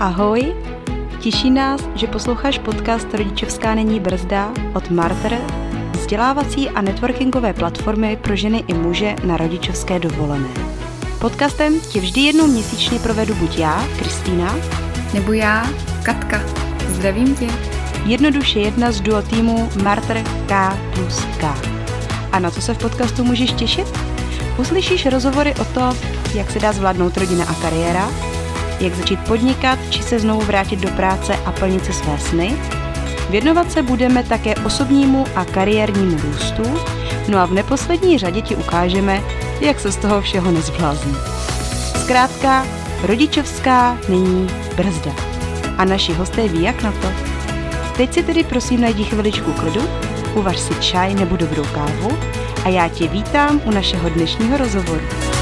Ahoj, těší nás, že posloucháš podcast Rodičovská není brzda od Martr, vzdělávací a networkingové platformy pro ženy i muže na rodičovské dovolené. Podcastem tě vždy jednou měsíčně provedu buď já, Kristýna, nebo já, Katka. Zdravím tě. Jednoduše jedna z duo týmu Martr K+K. A na co se v podcastu můžeš těšit? Uslyšíš rozhovory o to, jak se dá zvládnout rodina a kariéra, jak začít podnikat či se znovu vrátit do práce a plnit si své sny. Věnovat se budeme také osobnímu a kariérnímu růstu, no a v neposlední řadě ti ukážeme, jak se z toho všeho nezblázní. Zkrátka, rodičovská není brzda. A naši hosté ví, jak na to. Teď si tedy prosím najdi chviličku klidu, uvař si čaj nebo dobrou kávu a já tě vítám u našeho dnešního rozhovoru.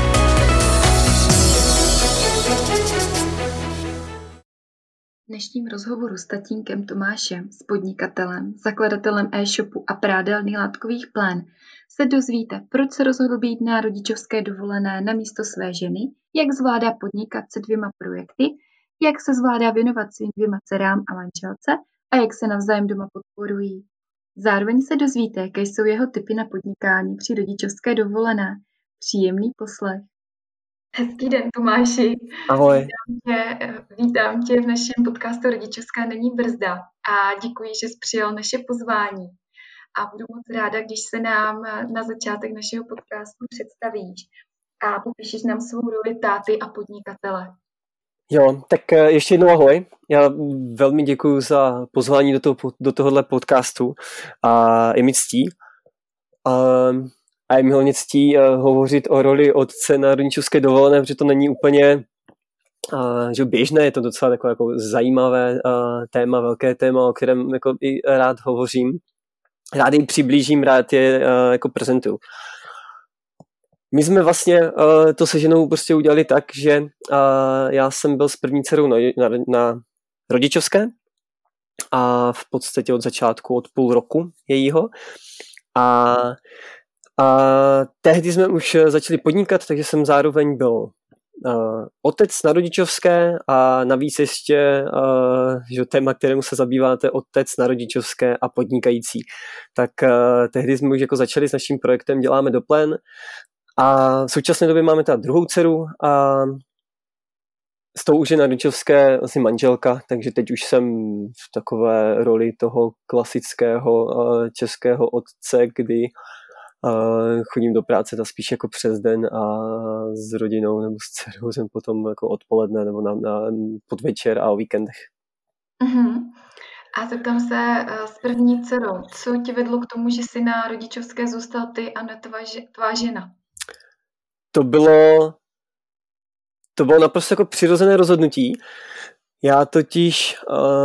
V dnešním rozhovoru s tatínkem Tomášem, s podnikatelem, zakladatelem e-shopu a prádelny Látkových Plén se dozvíte, proč se rozhodl být na rodičovské dovolené na místo své ženy, jak zvládá podnikat se 2 projekty, jak se zvládá věnovat svým 2 dcerám a manželce a jak se navzájem doma podporují. Zároveň se dozvíte, jaké jsou jeho tipy na podnikání při rodičovské dovolené. Příjemný poslech. Hezký den, Tomáši. Ahoj. Vítám tě v našem podcastu Rodičovská není brzda a děkuji, že jsi přijal naše pozvání. A budu moc ráda, když se nám na začátek našeho podcastu představíš a popíšeš nám svou roli táty a podnikatele. Jo, tak ještě jednou ahoj. Já velmi děkuji za pozvání do tohohle podcastu a je mi ctí. A je mi hlavně ctí hovořit o roli otce na rodičovské dovolené, protože to není úplně že běžné, je to docela takové jako zajímavé téma, velké téma, o kterém jako i rád hovořím. Rád jej přiblížím, rád je jako prezentuju. My jsme vlastně to se ženou prostě udělali tak, že já jsem byl s první dcerou na rodičovské a v podstatě od začátku, od půl roku jejího. A tehdy jsme už začali podnikat, takže jsem zároveň byl otec na rodičovské a navíc ještě že téma, kterému se zabýváte, otec na rodičovské a podnikající. Tak tehdy jsme už jako začali s naším projektem Děláme do plén a v současné době máme teda druhou dceru a s tou už je na rodičovské asi manželka, takže teď už jsem v takové roli toho klasického českého otce, kdy chodím do práce ta spíš jako přes den a s rodinou nebo s dcerou jsem potom jako odpoledne nebo na podvečer a o víkendech. Uh-huh. A zeptám se s první dcerou, co tě vedlo k tomu, že jsi na rodičovské zůstal ty a ne tvá žena? To bylo naprosto jako přirozené rozhodnutí. Já totiž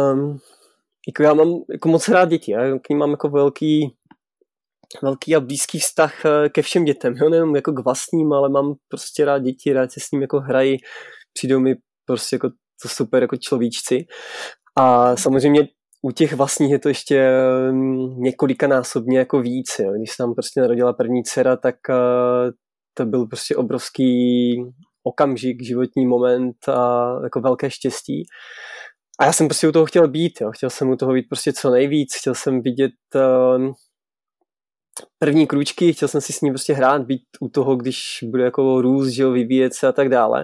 jako já mám jako moc rád děti. Já k ním mám jako velký a blízký vztah ke všem dětem. Jo? Nejenom jako k vlastním, ale mám prostě rád děti, rád se s ním jako hrají. Přijdou mi prostě jako to super jako človíčci. A samozřejmě u těch vlastních je to ještě několikanásobně jako víc. Jo? Když se tam prostě narodila první dcera, tak to byl prostě obrovský okamžik, životní moment a jako velké štěstí. A já jsem prostě u toho chtěl být. Jo? Chtěl jsem u toho být prostě co nejvíc. Chtěl jsem vidět první krůčky, chtěl jsem si s ním prostě hrát, být u toho, když bude jako růst, že jo, vyvíjet se a tak dále.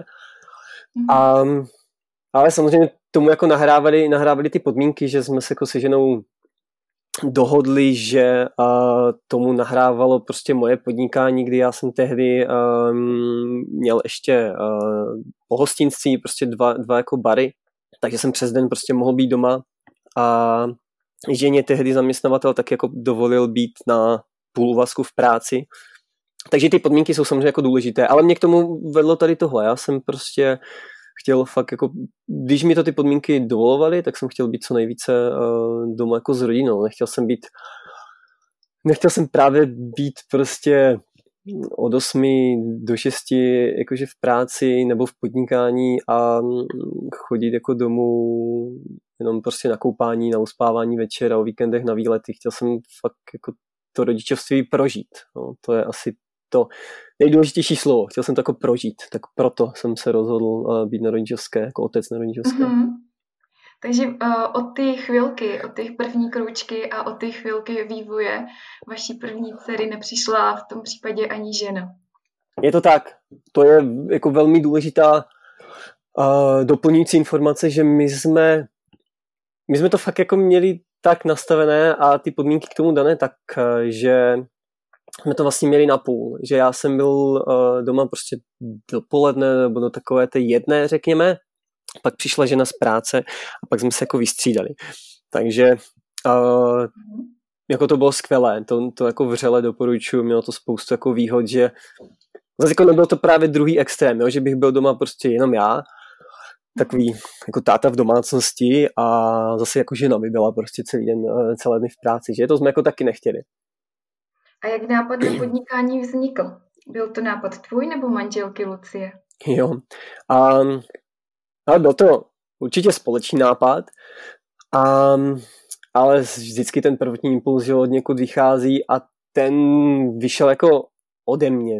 Ale samozřejmě tomu jako nahrávali ty podmínky, že jsme se jako se ženou dohodli, že tomu nahrávalo prostě moje podnikání, kdy já jsem tehdy měl ještě pohostinství, prostě dva jako bary, takže jsem přes den prostě mohl být doma a ženě tehdy zaměstnavatel tak jako dovolil být na půlúvazku v práci. Takže ty podmínky jsou samozřejmě jako důležité, ale mě k tomu vedlo tady tohle. Já jsem prostě chtěl fakt jako, když mi to ty podmínky dovolovaly, tak jsem chtěl být co nejvíce doma jako s rodinou. Nechtěl jsem právě být prostě od 8 do 6 jakože v práci nebo v podnikání a chodit jako domů jenom prostě na koupání, na uspávání večer a o víkendech na výlety. Chtěl jsem fakt jako to rodičovství prožít. No, to je asi to nejdůležitější slovo. Chtěl jsem to jako prožít, tak proto jsem se rozhodl být na rodičovské, jako otec na rodičovské. Mm-hmm. Takže od té první kroučky a od té chvilky vývoje vaší první dcery nepřišla v tom případě ani žena. Je to tak. To je jako velmi důležitá doplňující informace, že my jsme to fakt jako měli tak nastavené a ty podmínky k tomu dané tak, že jsme to vlastně měli na půl. Že já jsem byl doma prostě dopoledne nebo do takové té jedné, řekněme. Pak přišla žena z práce a pak jsme se jako vystřídali. Takže jako to bylo skvělé. To jako vřele doporučuji. Mělo to spoustu jako výhod, že zase jako nebyl to právě druhý extrém, jo? Že bych byl doma prostě jenom já, takový jako táta v domácnosti a zase jako žena by byla prostě celé dny v práci, že to jsme jako taky nechtěli. A jak nápad na podnikání vznikl? Byl to nápad tvůj nebo manželky Lucie? Jo, ale byl to určitě společný nápad, ale vždycky ten prvotní impuls, že od někud vychází a ten vyšel jako ode mě,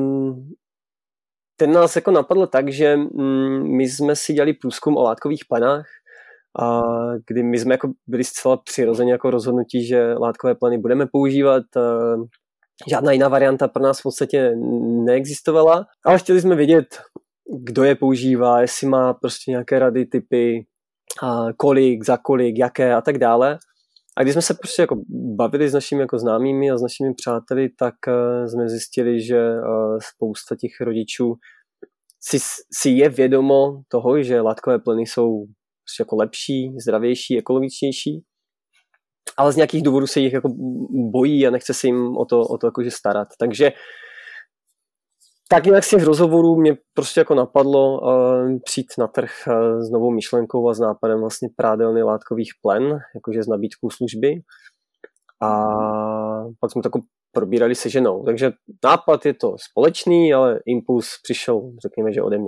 ten nás jako napadl tak, že my jsme si dělali průzkum o látkových plenách, kdy my jsme jako byli zcela přirozeně jako rozhodnutí, že látkové pleny budeme používat. Žádná jiná varianta pro nás v podstatě neexistovala, ale chtěli jsme vědět, kdo je používá, jestli má prostě nějaké rady, typy, kolik, za kolik, jaké a tak dále. A když jsme se prostě jako bavili s našimi jako známými a s našimi přáteli, tak jsme zjistili, že spousta těch rodičů si je vědomo toho, že látkové plyny jsou prostě jako lepší, zdravější, ekologičtější, ale z nějakých důvodů se jich jako bojí a nechce se jim o to jakože starat. Takže tak nějak z těch rozhovorů mě prostě jako napadlo přijít na trh s novou myšlenkou a s nápadem vlastně prádelny látkových plen, jakože s nabídkou služby. A pak jsme to jako probírali se ženou. Takže nápad je to společný, ale impuls přišel, řekněme, že ode mě.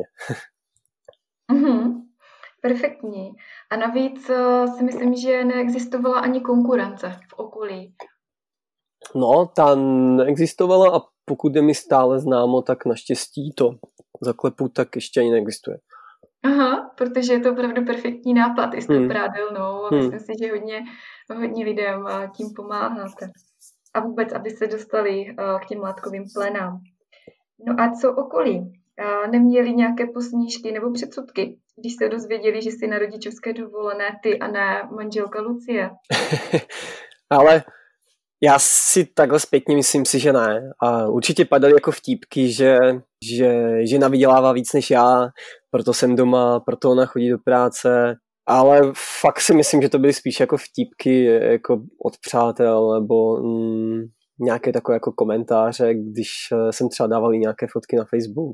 Perfektní. A navíc si myslím, že neexistovala ani konkurence v okolí. No, ta neexistovala a pokud je mi stále známo, tak naštěstí to zaklepu, tak ještě ani neexistuje. Aha, protože je to opravdu perfektní nápad i s tou prádelnou a myslím si, že hodně lidem tím pomáháte. A vůbec, aby se dostali k těm látkovým plenám. No a co okolí? Neměli nějaké posmíšky nebo předsudky, když se dozvěděli, že jsi na rodičovské dovolené ty a ne manželka Lucie? Ale já si takhle zpětně myslím si, že ne. A určitě padaly jako vtípky, že žena vydělává víc než já, proto jsem doma, proto ona chodí do práce. Ale fakt si myslím, že to byly spíš jako vtípky jako od přátel nebo nějaké takové jako komentáře, když jsem třeba dával nějaké fotky na Facebook.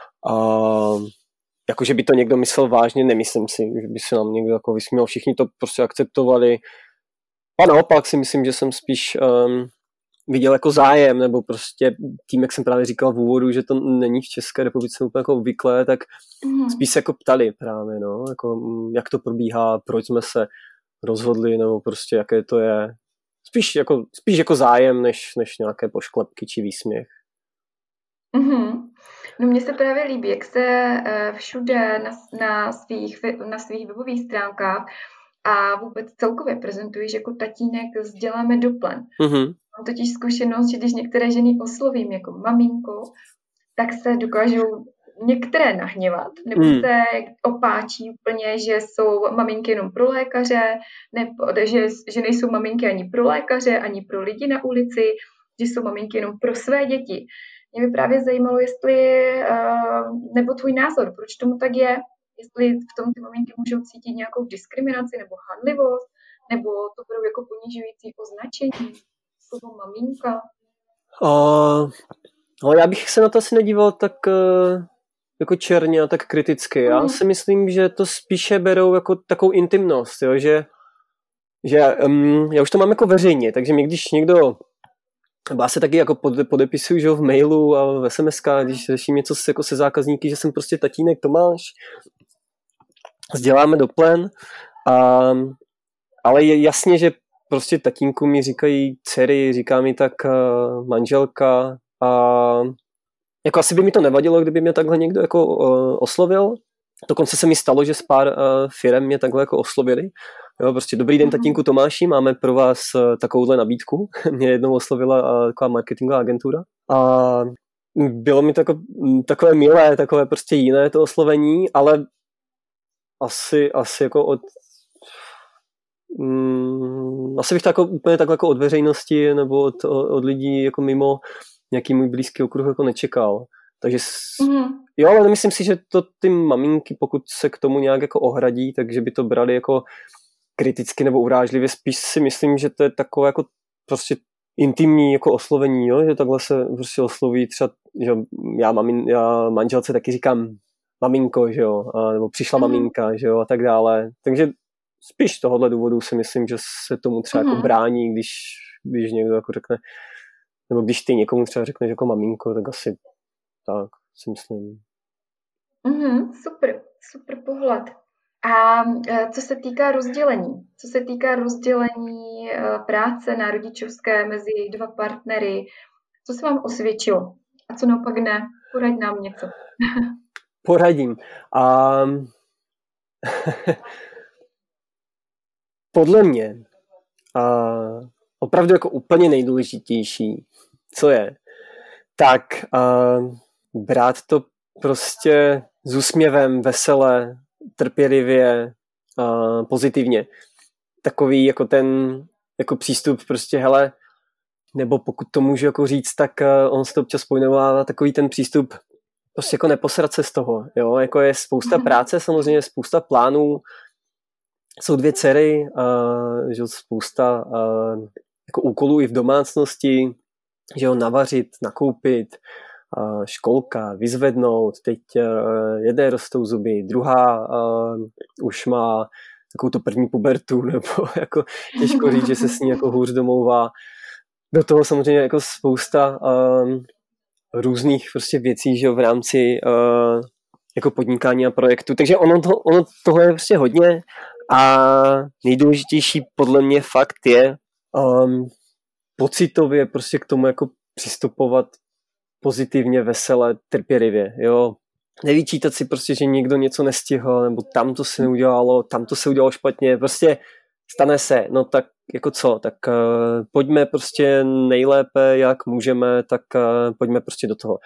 Jakože by to někdo myslel vážně, nemyslím si, že by se nám někdo jako vysmíval. Všichni to prostě akceptovali. A naopak si myslím, že jsem spíš viděl jako zájem, nebo prostě tím, jak jsem právě říkal v úvodu, že to není v České republice úplně jako obvyklé, tak spíš se jako ptali právě, no, jako, jak to probíhá, proč jsme se rozhodli, nebo prostě jaké to je. Spíš jako zájem, než nějaké pošklepky či výsměch. No mně se právě líbí, jak se všude na svých webových stránkách a vůbec celkově prezentuješ jako tatínek s děláme do plen. Mám totiž zkušenost, že když některé ženy oslovím jako maminko, tak se dokážou některé nahněvat, nebo se opáčí úplně, že jsou maminky jenom pro lékaře, nebo že nejsou maminky ani pro lékaře, ani pro lidi na ulici, že jsou maminky jenom pro své děti. Mě by právě zajímalo, nebo tvůj názor, proč tomu tak je, jestli v tom ty maminky můžou cítit nějakou diskriminaci nebo hanlivost, nebo to budou jako ponižující označení, slovo maminka. Já bych se na to asi nedíval tak jako černě a tak kriticky. Já si myslím, že to spíše berou jako takovou intimnost, jo? Že já už to mám jako veřejně, takže mě když někdo, já se taky jako podepisuju, že v mailu a v SMS-kách, když řeším něco jako se zákazníky, že jsem prostě tatínek Tomáš, děláme do plen, ale je jasně, že prostě tatínku mi říkají dcery, říká mi tak manželka a jako asi by mi to nevadilo, kdyby mě takhle někdo jako oslovil, Dokonce se mi stalo, že z pár firem mě takhle jako oslovili. Jo, prostě dobrý den, tatínku Tomáši, máme pro vás takovouhle nabídku. Mě jednou oslovila taková marketingová agentura. A bylo mi to jako, takové milé, takové prostě jiné to oslovení, ale asi jako asi bych to jako úplně takhle jako od veřejnosti nebo od lidí jako mimo nějaký můj blízký okruh jako nečekal. Takže jo, ale myslím si, že to ty maminky, pokud se k tomu nějak jako ohradí, takže by to brali jako kriticky nebo urážlivě. Spíš si myslím, že to je takové jako prostě intimní jako oslovení, jo? Že takhle se prostě osloví třeba, že já manželce taky říkám maminko, že jo, nebo přišla maminka, že jo, a tak dále. Takže spíš z tohohle důvodu si myslím, že se tomu třeba jako brání, když někdo jako řekne, nebo když ty někomu třeba řekneš jako maminko, tak asi tak si myslím. Super pohled. A co se týká rozdělení práce na rodičovské mezi dva partnery, co se vám osvědčilo a co naopak ne? Poraď nám něco. Poradím. Podle mě opravdu jako úplně nejdůležitější, co je, tak brát to prostě s úsměvem, vesele, trpělivě, pozitivně. Takový jako ten jako přístup prostě, hele, nebo pokud to můžu jako říct, tak on se to občas pojmenovává takový ten přístup prostě jako neposrat se z toho, jo, jako je spousta práce, samozřejmě spousta plánů, jsou 2 dcery, že spousta jako úkolů i v domácnosti, že ho navařit, nakoupit, školka, vyzvednout, teď jedné rostou zuby, druhá už má takovou tu první pubertu, nebo jako těžko říct, že se s ní jako hůř domlouvá. Do toho samozřejmě jako spousta různých prostě věcí, že v rámci jako podnikání a projektu. Takže ono toho je prostě hodně a nejdůležitější podle mě fakt je pocitově prostě k tomu jako přistupovat pozitivně, vesele, trpělivě, jo. Nevyčítat si prostě, že někdo něco nestihl, nebo tam to se neudělalo, tam to se udělalo špatně, prostě stane se, no tak jako co, tak pojďme prostě nejlépe, jak můžeme, tak pojďme prostě do toho.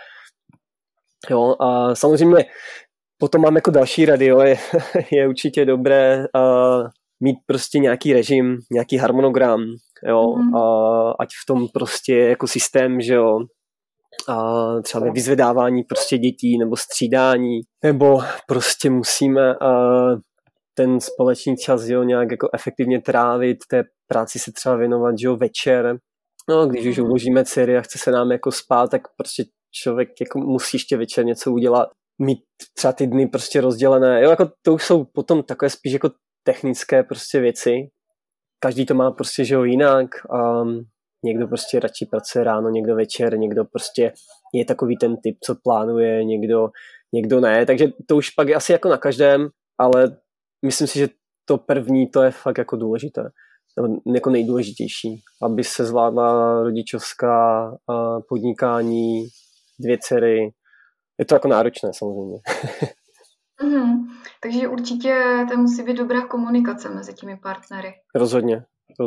Jo, a samozřejmě potom mám jako další rady, jo, je určitě dobré mít prostě nějaký režim, nějaký harmonogram, jo, ať v tom prostě jako systém, že jo, a třeba ve vyzvedávání prostě dětí nebo střídání, nebo prostě musíme ten společný čas, jo, nějak jako efektivně trávit, té práci se třeba věnovat, že jo, večer, no, když už uložíme dcery a chce se nám jako spát, tak prostě člověk jako musí ještě večer něco udělat, mít třeba ty dny prostě rozdělené, jo, jako to už jsou potom takové spíš jako technické prostě věci, každý to má prostě, že jo, jinak, někdo prostě radši pracuje ráno, někdo večer, někdo prostě je takový ten typ, co plánuje, někdo ne, takže to už pak je asi jako na každém, ale myslím si, že to první, to je fakt jako důležité, jako nejdůležitější, aby se zvládla rodičovská podnikání, 2 dcery, je to jako náročné samozřejmě. Takže určitě to musí být dobrá komunikace mezi těmi partnery. Rozhodně.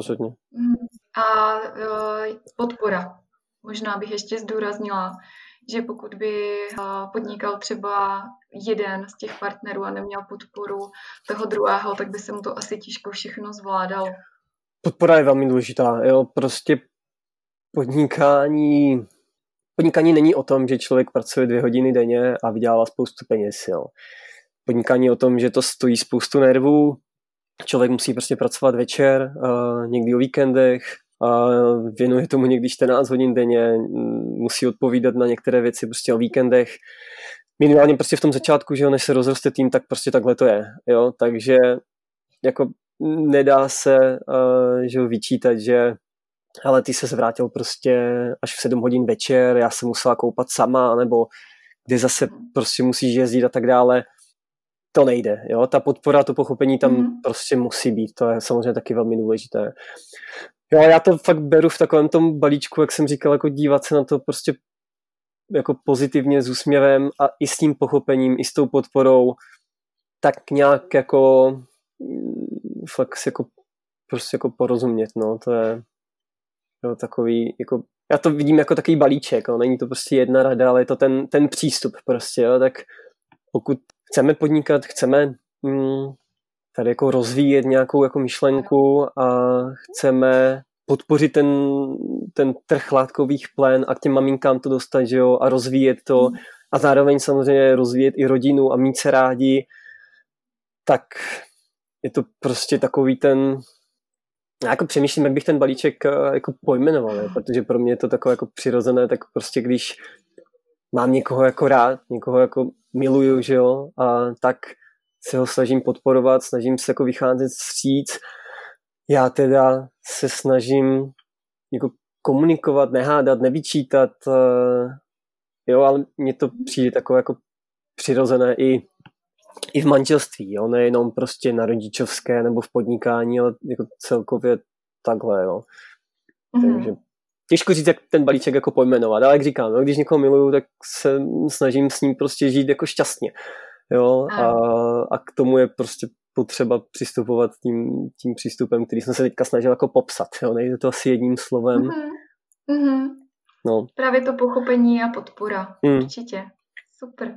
A podpora. Možná bych ještě zdůraznila, že pokud by podnikal třeba jeden z těch partnerů a neměl podporu toho druhého, tak by se mu to asi těžko všechno zvládalo. Podpora je velmi důležitá. Jo? Prostě podnikání není o tom, že člověk pracuje 2 hodiny denně a vydělává spoustu peněz. Jo? Podnikání je o tom, že to stojí spoustu nervů, člověk musí prostě pracovat večer, někdy o víkendech, věnuje tomu někdy 14 hodin denně, musí odpovídat na některé věci prostě o víkendech. Minimálně prostě v tom začátku, že jo, než se rozroste tým, tak prostě takhle to je. Jo? Takže jako nedá se že jo, vyčítat, že ale ty se zvrátil prostě až v 7 hodin večer, já jsem musela koupat sama, nebo kde zase prostě musíš jezdit a tak dále. To nejde, jo, ta podpora, to pochopení tam prostě musí být, to je samozřejmě taky velmi důležité. Jo, já to fakt beru v takovém tom balíčku, jak jsem říkal, jako dívat se na to prostě jako pozitivně s úsměvem a i s tím pochopením, i s tou podporou, tak nějak jako fakt si jako prostě jako porozumět, no, to je takový, jako, já to vidím jako takový balíček, no, není to prostě jedna rada, ale je to ten přístup prostě, jo, tak pokud chceme podnikat, chceme tady jako rozvíjet nějakou jako myšlenku a chceme podpořit ten trh látkových plen a k těm maminkám to dostat, že jo, a rozvíjet to a zároveň samozřejmě rozvíjet i rodinu a mít se rádi, tak je to prostě takový ten, já jako přemýšlím, jak bych ten balíček jako pojmenoval, ne? Protože pro mě je to takové jako přirozené, tak prostě když mám někoho jako rád, někoho jako miluju, že jo, a tak se ho snažím podporovat, snažím se jako vycházet vstříc. Já teda se snažím jako komunikovat, nehádat, nevyčítat, jo, ale mně to přijde takové jako přirozené i v manželství, jo, nejenom prostě na rodičovské nebo v podnikání, ale jako celkově takhle, jo. Takže těžko říct, jak ten balíček jako pojmenovat, ale jak říkám, jo, když někoho miluju, tak se snažím s ním prostě žít jako šťastně, jo, a k tomu je prostě potřeba přistupovat tím přístupem, který jsem se teďka snažil jako popsat, jo, nejde to asi jedním slovem. No. Právě to pochopení a podpora, určitě, super.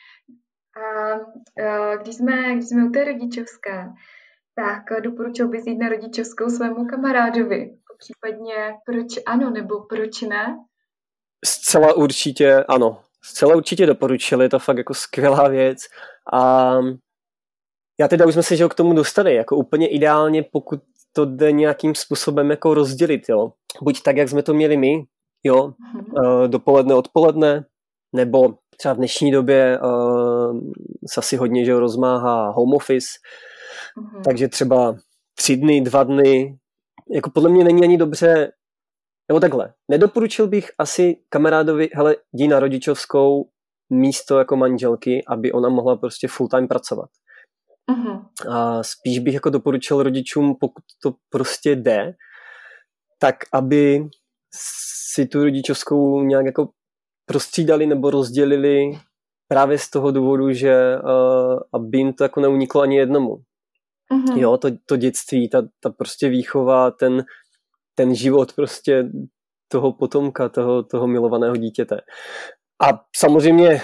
A když jsme u té rodičovské, tak doporučil bys jít na rodičovskou svému kamarádovi, případně proč ano, nebo proč ne? Zcela určitě ano. Zcela určitě doporučil, je to fakt jako skvělá věc a já teda už jsme se že k tomu dostali, jako úplně ideálně, pokud to jde nějakým způsobem jako rozdělit, jo. Buď tak, jak jsme to měli my, jo, dopoledne, odpoledne, nebo třeba v dnešní době se asi hodně že rozmáhá home office, takže třeba 3 dny, 2 dny, jako podle mě není ani dobře, nebo takhle, nedoporučil bych asi kamarádovi, hele, jdi na rodičovskou místo jako manželky, aby ona mohla prostě full time pracovat. A spíš bych jako doporučil rodičům, pokud to prostě jde, tak aby si tu rodičovskou nějak jako prostřídali nebo rozdělili právě z toho důvodu, že aby jim to jako neuniklo ani jednomu. Jo, to dětství, ta prostě výchova, ten život prostě toho potomka, toho milovaného dítěte. A samozřejmě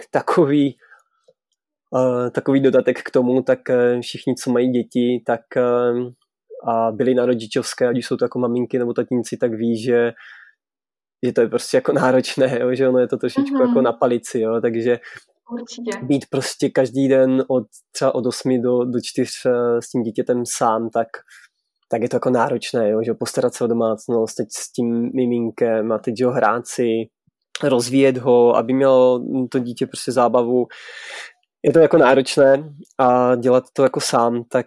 takový dodatek k tomu, tak všichni, co mají děti, tak a byli na rodičovské, ať už jsou to jako maminky nebo tatínci, tak ví, že to je prostě jako náročné, jo, že ono je to trošičku jako na palici, jo, takže určitě. Být prostě každý den třeba od 8 do 4 s tím dítětem sám, tak je to jako náročné, jo, že postarat se o domácnost, teď s tím miminkem a teď ho hrát si, rozvíjet ho, aby mělo to dítě prostě zábavu. Je to jako náročné a dělat to jako sám, tak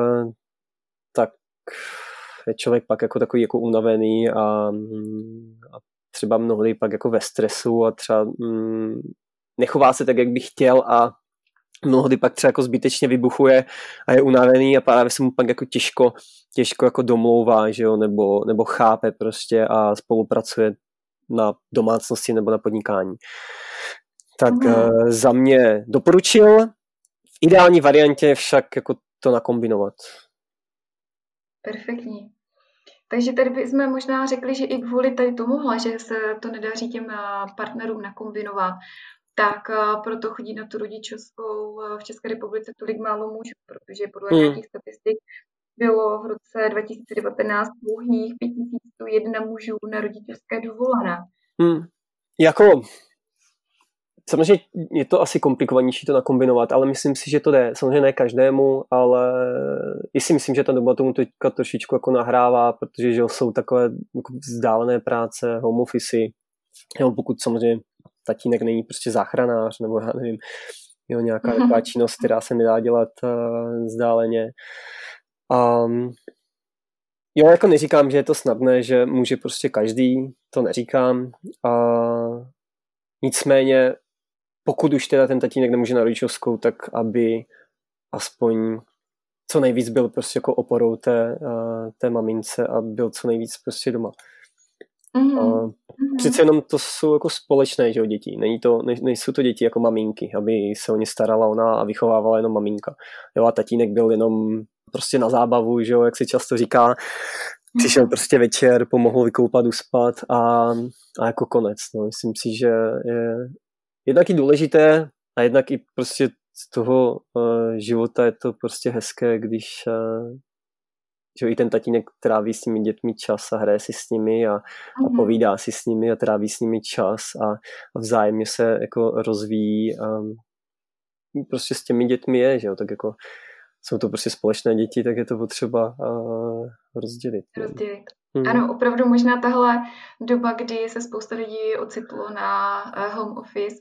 je člověk pak jako takový jako unavený a třeba mnohdy pak jako ve stresu a třeba nechová se tak, jak by chtěl a mnohdy pak třeba jako zbytečně vybuchuje a je unavený a právě se mu pak jako těžko jako domlouvá, že jo, nebo chápe prostě a spolupracuje na domácnosti nebo na podnikání. Tak za mě doporučil, v ideální variantě však jako to nakombinovat. Perfektní. Takže tady bychom možná řekli, že i kvůli tady tomuhle, že se to nedaří těm partnerům nakombinovat, tak proto chodí na tu rodičovskou v České republice tolik málo mužů, protože podle nějakých statistik bylo v roce 2019 pouhých 5101 mužů na rodičovské dovolené. Jako, samozřejmě je to asi komplikovanější to nakombinovat, ale myslím si, že to jde. Samozřejmě ne každému, ale i si myslím, že ta doba tomu teďka trošičku jako nahrává, protože že jsou takové jako vzdálené práce, home office, jo, pokud samozřejmě tatínek není prostě záchranář, nebo já nevím, jo, nějaká taková činnost, která se nedá dělat vzdáleně. Jo, jako neříkám, že je to snadné, že může prostě každý, to neříkám. Nicméně, pokud už teda ten tatínek nemůže na rodičovskou, tak aby aspoň co nejvíc byl prostě jako oporou té mamince a byl co nejvíc prostě doma. Přece jenom to jsou jako společné, že jo, děti. Nejsou to děti jako maminky, aby se o ně starala ona a vychovávala jenom maminka. Jo, a tatínek byl jenom prostě na zábavu, že jo, jak se často říká. Přišel prostě večer, pomohl vykoupat, uspat a jako konec. No. Myslím si, že je jednak i důležité a jednak i prostě z toho života je to prostě hezké, když že i ten tatínek tráví s těmi dětmi čas a hraje si s nimi a povídá si s nimi a tráví s nimi čas a vzájemně se jako rozvíjí prostě s těmi dětmi je, že jo, tak jako jsou to prostě společné děti, tak je to potřeba rozdělit. Ano, opravdu možná tahle doba, kdy se spousta lidí ocitlo na home office,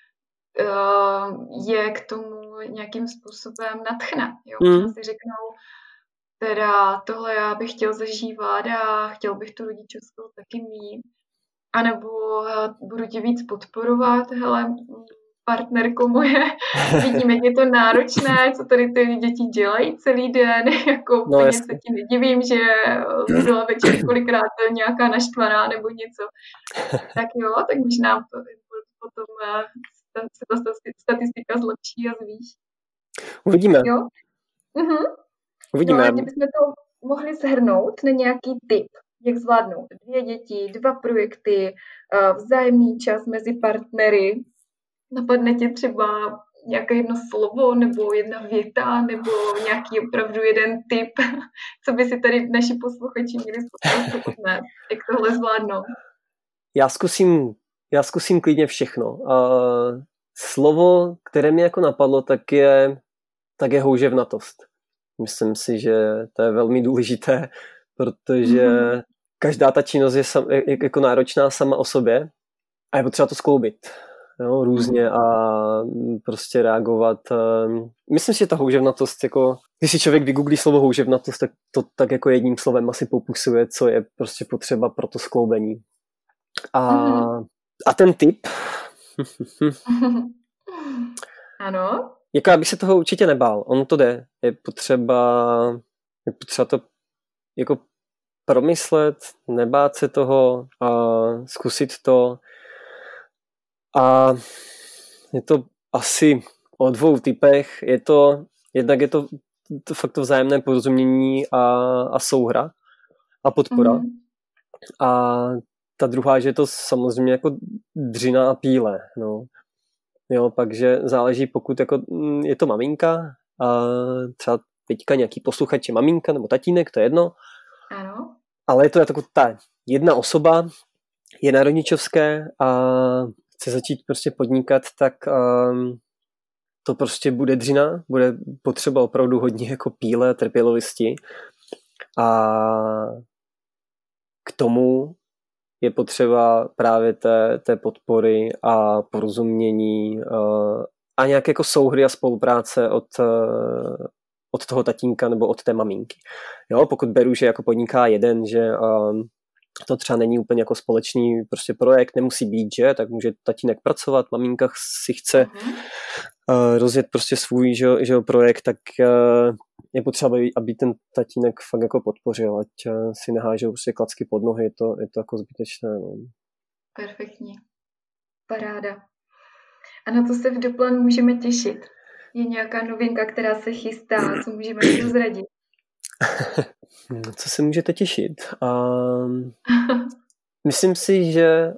je k tomu nějakým způsobem nadchne. Jo? Možná si řeknou, teda tohle já bych chtěl zažívat a chtěl bych tu rodičovskou taky mít. A nebo budu tě víc podporovat, hele, partnerko moje, vidím, jak je to náročné, co tady ty děti dělají celý den, jako úplně se ti nedivím, že byla večer kolikrát nějaká naštvaná nebo něco. Tak jo, tak možná potom se ta statistika zlepší a zvýší. Uvidíme. Jo? Uvidíme. No, kdybychom to mohli shrnout na nějaký tip, jak zvládnout 2 děti, 2 projekty, vzájemný čas mezi partnery. Napadne tě třeba nějaké jedno slovo, nebo jedna věta, nebo nějaký opravdu jeden tip, co by si tady naši posluchači měli spotřebovat, jak tohle zvládnout? Já zkusím klidně všechno. Slovo, které mi jako napadlo, tak je houževnatost. Myslím si, že to je velmi důležité, protože každá ta činnost je jako náročná sama o sobě a je potřeba to skloubit. Jo, různě a prostě reagovat. Myslím si, že ta houževnatost, jako, když si člověk vygooglí slovo houževnatost, tak to tak jako jedním slovem asi popisuje, co je prostě potřeba pro to skloubení. A ten tip? Ano. Jako já bych se toho určitě nebál. Ono to jde. Je potřeba to jako promyslet, nebát se toho a zkusit to. A je to asi o 2 typech. Jednak je to fakt to vzájemné porozumění a souhra a podpora. A ta druhá, že je to samozřejmě jako dřina a píle. No. Jo, takže záleží, pokud jako je to maminka a třeba teďka nějaký posluchač je maminka nebo tatínek, to je jedno. Ano. Ale je to jako ta jedna osoba, je na rodičovské a chce začít prostě podnikat, tak to prostě bude dřina, bude potřeba opravdu hodně jako píle, trpělivosti a k tomu je potřeba právě té podpory a porozumění a nějaké jako souhry a spolupráce od toho tatínka nebo od té maminky. Jo, pokud beru, že jako podniká jeden, že to třeba není úplně jako společný prostě projekt, nemusí být, že, tak může tatínek pracovat, maminka si chce rozjet prostě svůj že projekt, tak je potřeba, aby ten tatínek fakt jako podpořil, ať si nehážou prostě klacky pod nohy, je to jako zbytečné. No. Perfektní. Paráda. A na to se v Doplan můžeme těšit. Je nějaká novinka, která se chystá, co můžeme prozradit? Co se můžete těšit? Myslím si, že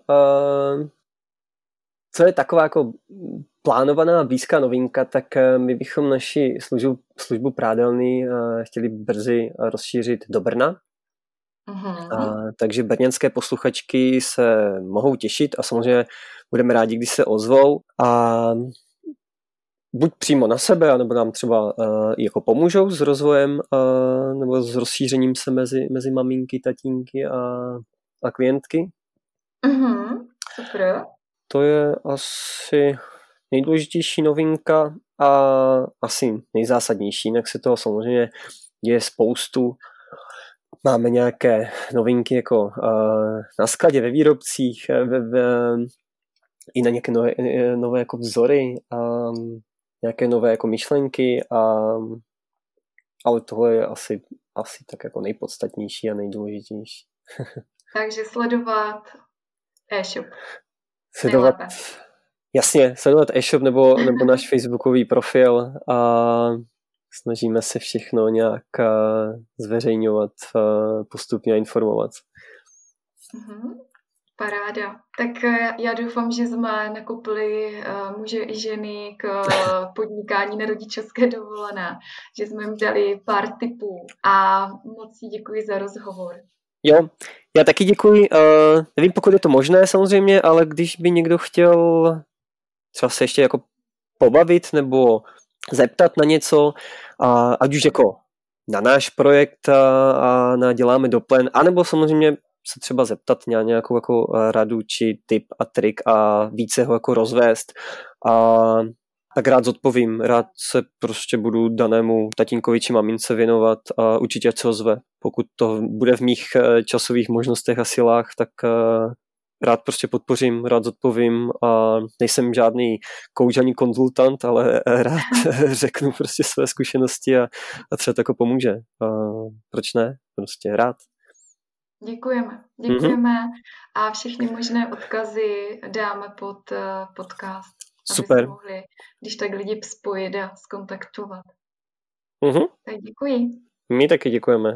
co je taková jako plánovaná blízká novinka, tak my bychom naši službu prádelny chtěli brzy rozšířit do Brna. Takže brněnské posluchačky se mohou těšit a samozřejmě budeme rádi, když se ozvou a buď přímo na sebe, nebo nám třeba jako pomůžou s rozvojem nebo s rozšířením se mezi maminky, tatínky a klientky. Super. To je asi nejdůležitější novinka a asi nejzásadnější, jinak se toho samozřejmě děje spoustu. Máme nějaké novinky jako na skladě, ve výrobcích, i na nějaké nové jako vzory, nějaké nové jako myšlenky, ale tohle je asi tak jako nejpodstatnější a nejdůležitější. Takže sledovat e-shop. Sledovat, sledovat e-shop nebo náš facebookový profil a snažíme se všechno nějak zveřejňovat, postupně informovat. Paráda. Tak já doufám, že jsme nakopli muže i ženy k podnikání na rodičovské dovolené, že jsme jim dali pár tipů a moc děkuji za rozhovor. Jo, já taky děkuji. Nevím, pokud je to možné samozřejmě, ale když by někdo chtěl třeba se ještě jako pobavit nebo zeptat na něco, ať už jako na náš projekt a na Děláme do plen, anebo samozřejmě se třeba zeptat na nějakou jako radu či tip a trik a více ho jako rozvést, tak rád zodpovím, rád se prostě budu danému tatínkovi či mamince věnovat a určitě se ozve. Pokud to bude v mých časových možnostech a silách, tak rád prostě podpořím, rád zodpovím a nejsem žádný coach ani konzultant, ale rád řeknu prostě své zkušenosti a třeba to jako pomůže. Proč ne? Prostě rád. Děkujeme a všechny možné odkazy dáme pod podcast, Super. aby se mohli, když tak lidi spojit a zkontaktovat. Tak děkuji. My taky děkujeme.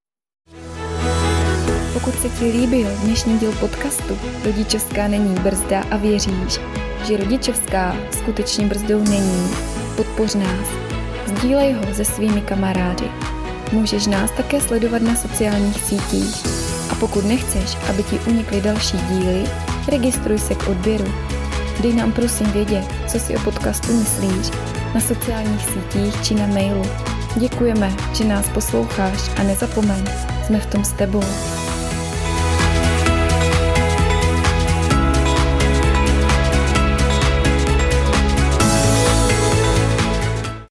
Pokud se ti líbil dnešní díl podcastu Rodičovská není brzda a věříš, že rodičovská skutečně brzdou není, podpoř nás. Sdílej ho se svými kamarády. Můžeš nás také sledovat na sociálních sítích. A pokud nechceš, aby ti unikly další díly, registruj se k odběru. Dej nám prosím vědět, co si o podcastu myslíš, na sociálních sítích či na mailu. Děkujeme, že nás posloucháš a nezapomeň, jsme v tom s tebou.